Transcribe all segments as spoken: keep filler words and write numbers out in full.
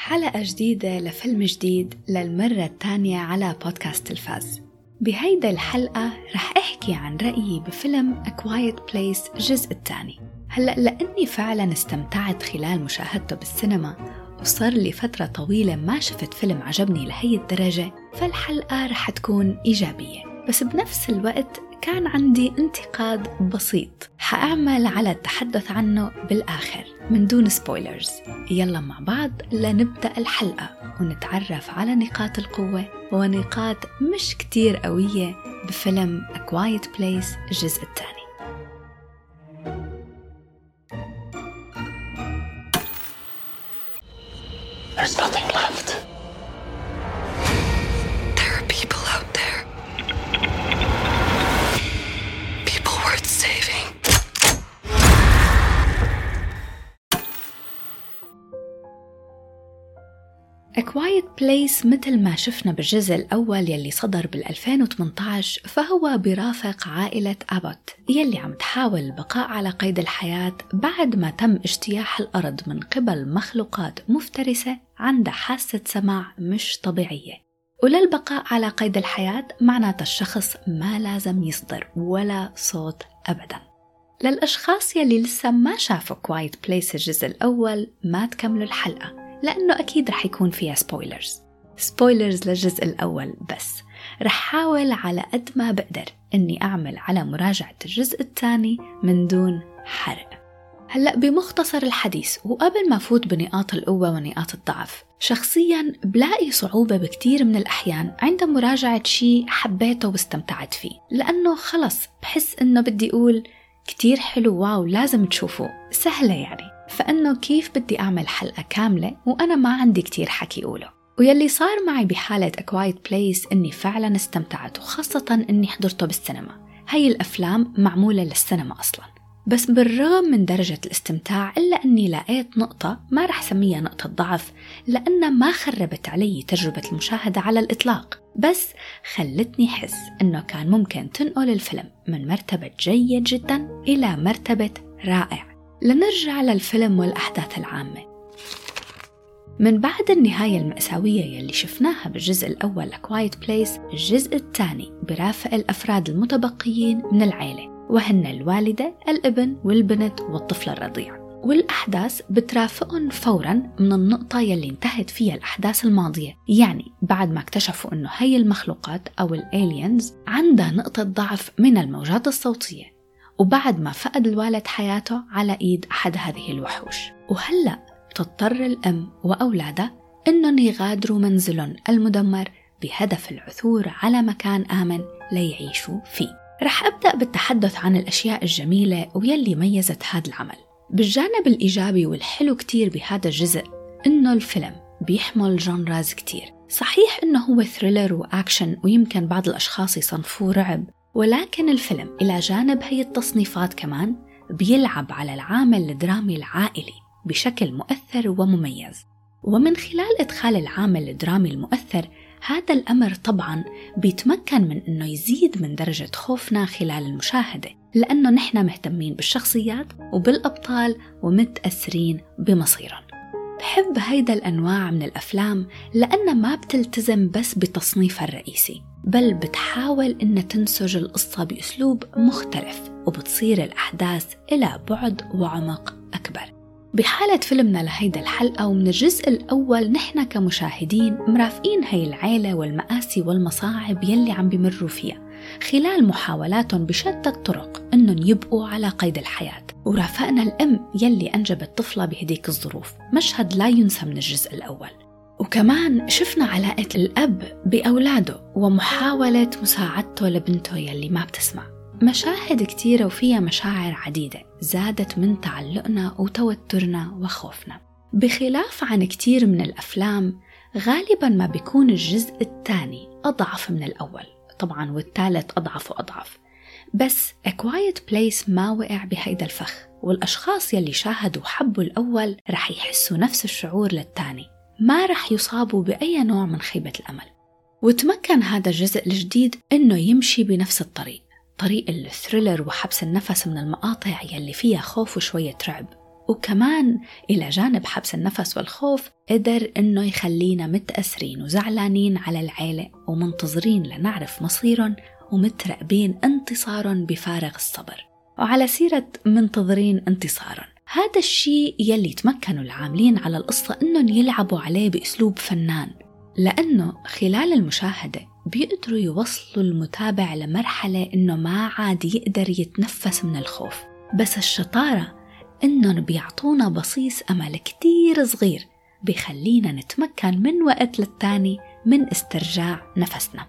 حلقة جديدة لفيلم جديد للمرة الثانية على بودكاست تلفاز. بهيدا الحلقة رح أحكي عن رأيي بفيلم A Quiet Place الجزء الثاني. هلأ لأني فعلا استمتعت خلال مشاهدته بالسينما وصار لي فترة طويلة ما شفت فيلم عجبني لهي الدرجة، فالحلقة رح تكون إيجابية، بس بنفس الوقت كان عندي انتقاد بسيط حأعمل على التحدث عنه بالآخر من دون سبويلرز. يلا مع بعض لنبدأ الحلقة ونتعرف على نقاط القوة ونقاط مش كتير قوية بفيلم A Quiet Place الجزء الثاني. There's nothing left. There are people out there. People worth saving. A Quiet Place مثل ما شفنا بالجزء الأول يلي صدر بالألفين وثمانية عشر، فهو برافق عائلة أبوت يلي عم تحاول البقاء على قيد الحياة بعد ما تم اجتياح الأرض من قبل مخلوقات مفترسة عندها حاسة سمع مش طبيعية. وللبقاء على قيد الحياة معناته الشخص ما لازم يصدر ولا صوت أبداً. للأشخاص يلي لسه ما شافوا Quiet Place الجزء الأول ما تكملوا الحلقة، لأنه أكيد رح يكون فيها سبويلرز سبويلرز للجزء الأول، بس رح حاول على قد ما بقدر أني أعمل على مراجعة الجزء الثاني من دون حرق. هلأ بمختصر الحديث وقبل ما فوت بنقاط القوة ونقاط الضعف، شخصياً بلاقي صعوبة بكتير من الأحيان عند مراجعة شيء حبيته واستمتعت فيه، لأنه خلص بحس أنه بدي أقول كتير حلو واو لازم تشوفوه، سهلة يعني، فأنه كيف بدي أعمل حلقة كاملة وأنا ما عندي كتير حكي أقوله. ويلي صار معي بحالة A Quiet Place إني فعلا استمتعت، وخاصة إني حضرته بالسينما. هاي الأفلام معمولة للسينما أصلا، بس بالرغم من درجة الاستمتاع إلا أني لقيت نقطة ما رح سميها نقطة ضعف، لأنها ما خربت علي تجربة المشاهدة على الإطلاق، بس خلتني حس أنه كان ممكن تنقل الفيلم من مرتبة جيد جدا إلى مرتبة رائع. لنرجع للفيلم والأحداث العامة. من بعد النهاية المأساوية يلي شفناها بالجزء الأول A Quiet Place، الجزء الثاني برافق الأفراد المتبقيين من العائلة، وهن الوالدة، الابن والبنت والطفل الرضيع، والأحداث بترافقهم فوراً من النقطة يلي انتهت فيها الأحداث الماضية. يعني بعد ما اكتشفوا أنه هاي المخلوقات أو الالينز عندها نقطة ضعف من الموجات الصوتية، وبعد ما فقد الوالد حياته على إيد أحد هذه الوحوش. وهلأ تضطر الأم وأولادها إنهم يغادروا منزلهم المدمر بهدف العثور على مكان آمن ليعيشوا فيه. رح أبدأ بالتحدث عن الأشياء الجميلة ويلي ميزت هذا العمل. بالجانب الإيجابي والحلو كتير بهذا الجزء إنه الفيلم بيحمل جانراز كتير. صحيح إنه هو ثريلر وأكشن ويمكن بعض الأشخاص يصنفوه رعب، ولكن الفيلم إلى جانب هي التصنيفات كمان بيلعب على العامل الدرامي العائلي بشكل مؤثر ومميز. ومن خلال إدخال العامل الدرامي المؤثر، هذا الأمر طبعاً بيتمكن من أنه يزيد من درجة خوفنا خلال المشاهدة، لأنه نحن مهتمين بالشخصيات وبالأبطال ومتأثرين بمصيرهم. بحب هيدا الأنواع من الأفلام لأنها ما بتلتزم بس بتصنيفها الرئيسي، بل بتحاول أن تنسج القصة بأسلوب مختلف، وبتصير الأحداث إلى بعد وعمق أكبر. بحالة فيلمنا لهيدا الحلقة ومن الجزء الأول، نحن كمشاهدين مرافقين هاي العيلة والمآسي والمصاعب يلي عم بيمروا فيها خلال محاولاتهم بشتى الطرق أنهم يبقوا على قيد الحياة. ورافقنا الأم يلي أنجبت طفلة بهديك الظروف، مشهد لا ينسى من الجزء الأول. وكمان شفنا علاقة الأب بأولاده ومحاولة مساعدته لبنته يلي ما بتسمع. مشاهد كتيرة وفيها مشاعر عديدة زادت من تعلقنا وتوترنا وخوفنا. بخلاف عن كتير من الأفلام، غالباً ما بيكون الجزء الثاني أضعف من الأول طبعاً، والثالث أضعف وأضعف. بس A Quiet Place ما وقع بهيدا الفخ، والأشخاص يلي شاهدوا وحبوا الأول رح يحسوا نفس الشعور للثاني، ما رح يصابوا بأي نوع من خيبة الأمل. وتمكن هذا الجزء الجديد إنه يمشي بنفس الطريق، طريق الثريلر وحبس النفس من المقاطع يلي فيها خوف وشوية رعب، وكمان إلى جانب حبس النفس والخوف قدر إنه يخلينا متأثرين وزعلانين على العيلة ومنتظرين لنعرف مصيرهم ومترقبين انتصارهم بفارغ الصبر. وعلى سيرة منتظرين انتصارهم، هذا الشيء يلي تمكنوا العاملين على القصة إنهم يلعبوا عليه بأسلوب فنان، لأنه خلال المشاهدة بيقدروا يوصلوا المتابع لمرحلة إنه ما عاد يقدر يتنفس من الخوف. بس الشطارة إنهم بيعطونا بصيص أمل كتير صغير بيخلينا نتمكن من وقت للتاني من استرجاع نفسنا.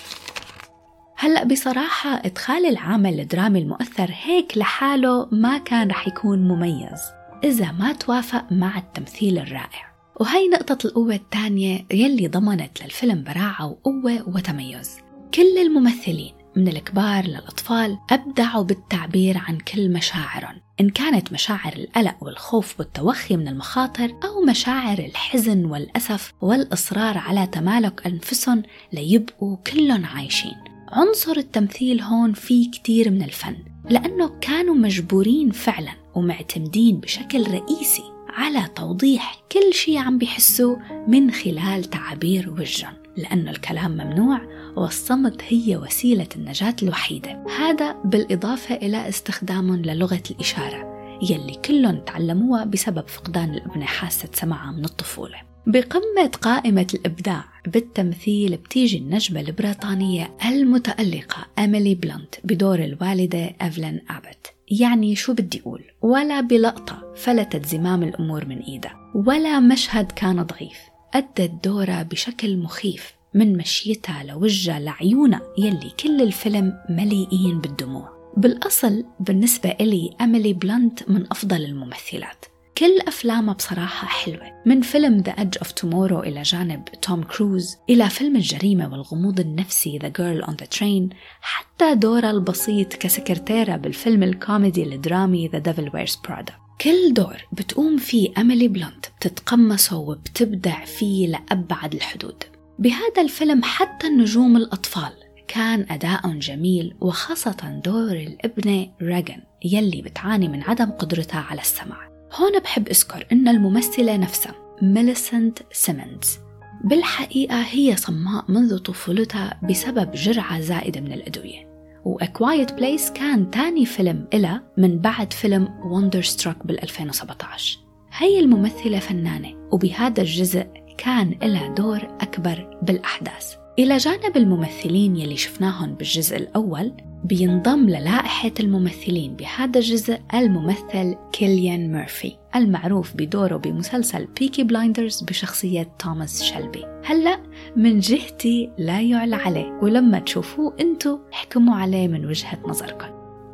هلأ بصراحة إدخال العامل الدرامي المؤثر هيك لحاله ما كان رح يكون مميز إذا ما توافق مع التمثيل الرائع، وهي نقطة القوة الثانية يلي ضمنت للفيلم براعة وقوة وتميز. كل الممثلين من الكبار للأطفال أبدعوا بالتعبير عن كل مشاعرهم، إن كانت مشاعر القلق والخوف والتوخي من المخاطر أو مشاعر الحزن والأسف والإصرار على تمالك أنفسهم ليبقوا كلهم عايشين. عنصر التمثيل هون فيه كتير من الفن، لأنه كانوا مجبورين فعلا ومعتمدين بشكل رئيسي على توضيح كل شيء عم بيحسوه من خلال تعابير وجههم، لأنه الكلام ممنوع والصمت هي وسيلة النجاة الوحيدة. هذا بالإضافة إلى استخدامهم للغة الإشارة يلي كلهم تعلموها بسبب فقدان الابن حاسة سماعها من الطفولة. بقمة قائمة الإبداع بالتمثيل بتيجي النجمة البريطانية المتألقة إيميلي بلانت بدور الوالدة إيفلين آبوت. يعني شو بدي أقول، ولا بلقطة فلتت زمام الأمور من إيدها، ولا مشهد كان ضعيف. أدت دورها بشكل مخيف، من مشيتها لوجهها لعيونها يلي كل الفيلم مليئين بالدموع. بالأصل بالنسبة إلي إيميلي بلانت من أفضل الممثلات، كل أفلامها بصراحة حلوة، من فيلم The Edge of Tomorrow إلى جانب توم كروز، إلى فيلم الجريمة والغموض النفسي The Girl on the Train، حتى دورها البسيط كسكرتيرة بالفيلم الكوميدي الدرامي The Devil Wears Prada. كل دور بتقوم فيه إيميلي بلانت بتتقمصه وبتبدع فيه لأبعد الحدود. بهذا الفيلم حتى النجوم الأطفال كان أداء جميل، وخاصة دور الابنة ريغان يلي بتعاني من عدم قدرتها على السمع. هون بحب أذكر إن الممثلة نفسها ميليسنت سيمونز بالحقيقة هي صماء منذ طفولتها بسبب جرعة زائدة من الأدوية. و A Quiet Place كان تاني فيلم إلها من بعد فيلم Wonderstruck بالألفين وسبعة عشر. هي الممثلة فنانة، وبهذا الجزء كان إلها دور أكبر بالأحداث. إلى جانب الممثلين يلي شفناهم بالجزء الأول، بينضم للائحة الممثلين بهذا الجزء الممثل كيليان ميرفي المعروف بدوره بمسلسل بيكي بلايندرز بشخصية توماس شيلبي. هلأ من جهتي لا يعلى عليه، ولما تشوفوه انتو احكموا عليه من وجهة نظركم.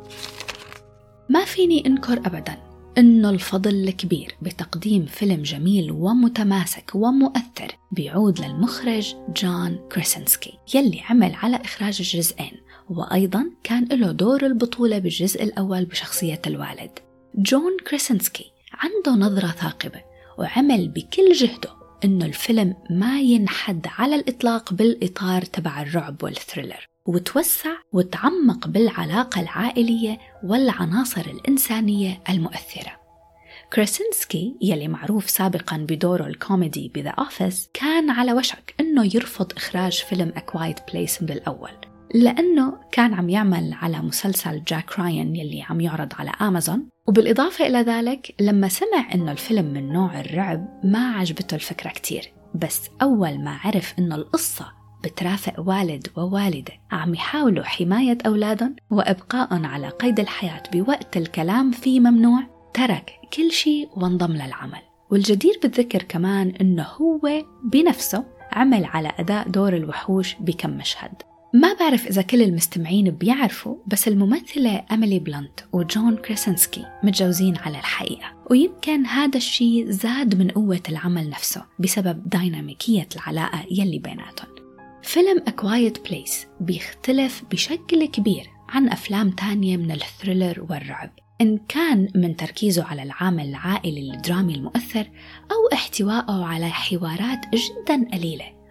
ما فيني انكر أبداً إنه الفضل الكبير بتقديم فيلم جميل ومتماسك ومؤثر بيعود للمخرج جون كريسنسكي يلي عمل على إخراج الجزئين، وأيضاً كان له دور البطولة بالجزء الأول بشخصية الوالد. جون كريسنسكي عنده نظرة ثاقبة، وعمل بكل جهده إنه الفيلم ما ينحد على الإطلاق بالإطار تبع الرعب والثريلر، وتوسع وتعمق بالعلاقة العائلية والعناصر الإنسانية المؤثرة. كريسنسكي يلي معروف سابقاً بدوره الكوميدي بذا أوفيس كان على وشك إنه يرفض إخراج فيلم A Quiet Place بالأول، لأنه كان عم يعمل على مسلسل جاك راين يلي عم يعرض على أمازون. وبالإضافة إلى ذلك لما سمع إنه الفيلم من نوع الرعب ما عجبته الفكرة كتير، بس أول ما عرف إنه القصة بترافق والد ووالدة عم يحاولوا حماية أولادهم وإبقاءهم على قيد الحياة بوقت الكلام فيه ممنوع، ترك كل شيء وانضم للعمل. والجدير بالذكر كمان إنه هو بنفسه عمل على أداء دور الوحوش بكم مشهد. ما بعرف إذا كل المستمعين بيعرفوا، بس الممثلة إيميلي بلانت وجون كريسنسكي متجوزين على الحقيقة، ويمكن هذا الشيء زاد من قوة العمل نفسه بسبب ديناميكية العلاقة يلي بيناتهم. فيلم A Quiet Place بيختلف بشكل كبير عن أفلام تانية من الثريلر والرعب، إن كان من تركيزه على العامل العائلي الدرامي المؤثر أو احتوائه على حوارات جدا قليلة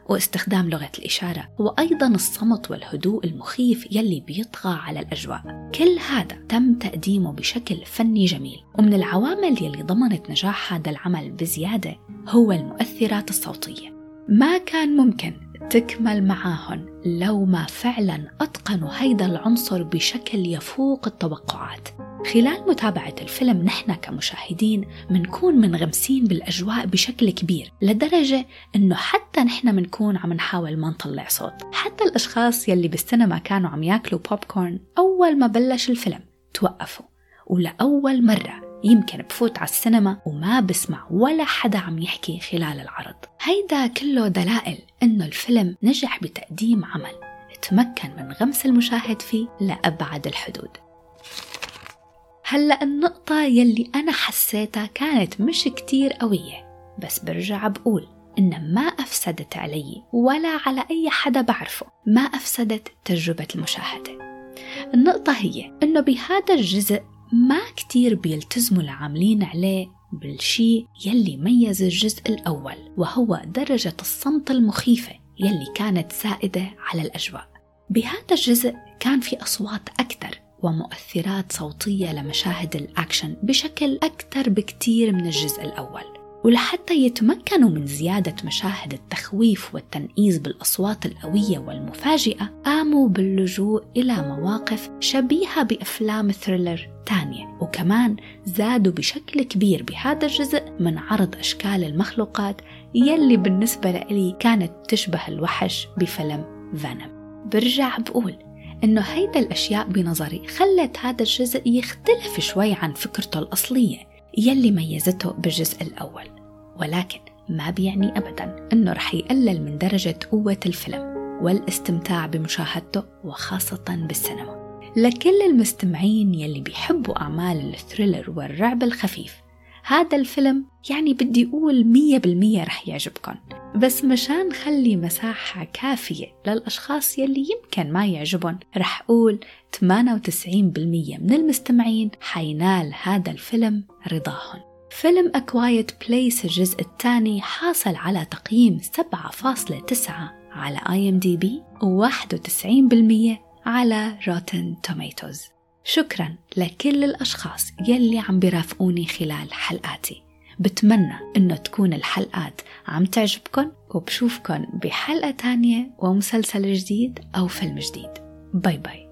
واستخدام لغة الإشارة، وأيضا الصمت والهدوء المخيف يلي بيطغى على الأجواء. كل هذا تم تقديمه بشكل فني جميل. ومن العوامل يلي ضمنت نجاح هذا العمل بزيادة هو المؤثرات الصوتية. ما كان ممكن تكمل معاهن لو ما فعلا أتقنوا هيدا العنصر بشكل يفوق التوقعات. خلال متابعة الفيلم نحن كمشاهدين منكون منغمسين بالأجواء بشكل كبير، لدرجة إنه حتى نحن منكون عم نحاول ما نطلع صوت. حتى الأشخاص يلي بالسينما كانوا عم ياكلوا بوب كورن أول ما بلش الفيلم توقفوا، ولأول مرة يمكن بفوت على السينما وما بسمع ولا حدا عم يحكي خلال العرض. هيدا كله دلائل إنه الفيلم نجح بتقديم عمل تمكن من غمس المشاهد فيه لأبعد الحدود. هلأ النقطة يلي أنا حسيتها كانت مش كتير قوية، بس برجع بقول إن ما أفسدت علي ولا على أي حدا بعرفه، ما أفسدت تجربة المشاهدة. النقطة هي إنه بهذا الجزء ما كتير بيلتزموا العاملين عليه بالشيء يلي ميز الجزء الأول، وهو درجة الصمت المخيفة يلي كانت سائدة على الأجواء. بهذا الجزء كان في أصوات أكثر ومؤثرات صوتية لمشاهد الأكشن بشكل أكثر بكتير من الجزء الأول. ولحتى يتمكنوا من زيادة مشاهد التخويف والتنقيز بالأصوات القوية والمفاجئة، قاموا باللجوء إلى مواقف شبيهة بأفلام ثريلر تانية، وكمان زادوا بشكل كبير بهذا الجزء من عرض أشكال المخلوقات يلي بالنسبة لي كانت تشبه الوحش بفيلم فينوم. برجع بقول إنه هيدا الأشياء بنظري خلت هذا الجزء يختلف شوي عن فكرته الأصلية يلي ميزته بالجزء الأول، ولكن ما بيعني أبداً إنه رح يقلل من درجة قوة الفيلم والاستمتاع بمشاهدته، وخاصة بالسينما. لكل المستمعين يلي بيحبوا أعمال الثريلر والرعب الخفيف، هذا الفيلم يعني بدي أقول مية بالمية رح يعجبكم. بس مشان نخلي مساحة كافية للأشخاص يلي يمكن ما يعجبون، رح أقول ثمانية وتسعين بالمية من المستمعين حينال هذا الفيلم رضاهن. فيلم A Quiet Place الجزء الثاني حاصل على تقييم سبعة فاصلة تسعة على آي إم دي بي وواحد وتسعين بالمية على Rotten Tomatoes. شكراً لكل الأشخاص يلي عم بيرافقوني خلال حلقاتي. بتمنى إنه تكون الحلقات عم تعجبكن، وبشوفكن بحلقة تانية ومسلسل جديد أو فيلم جديد. باي باي.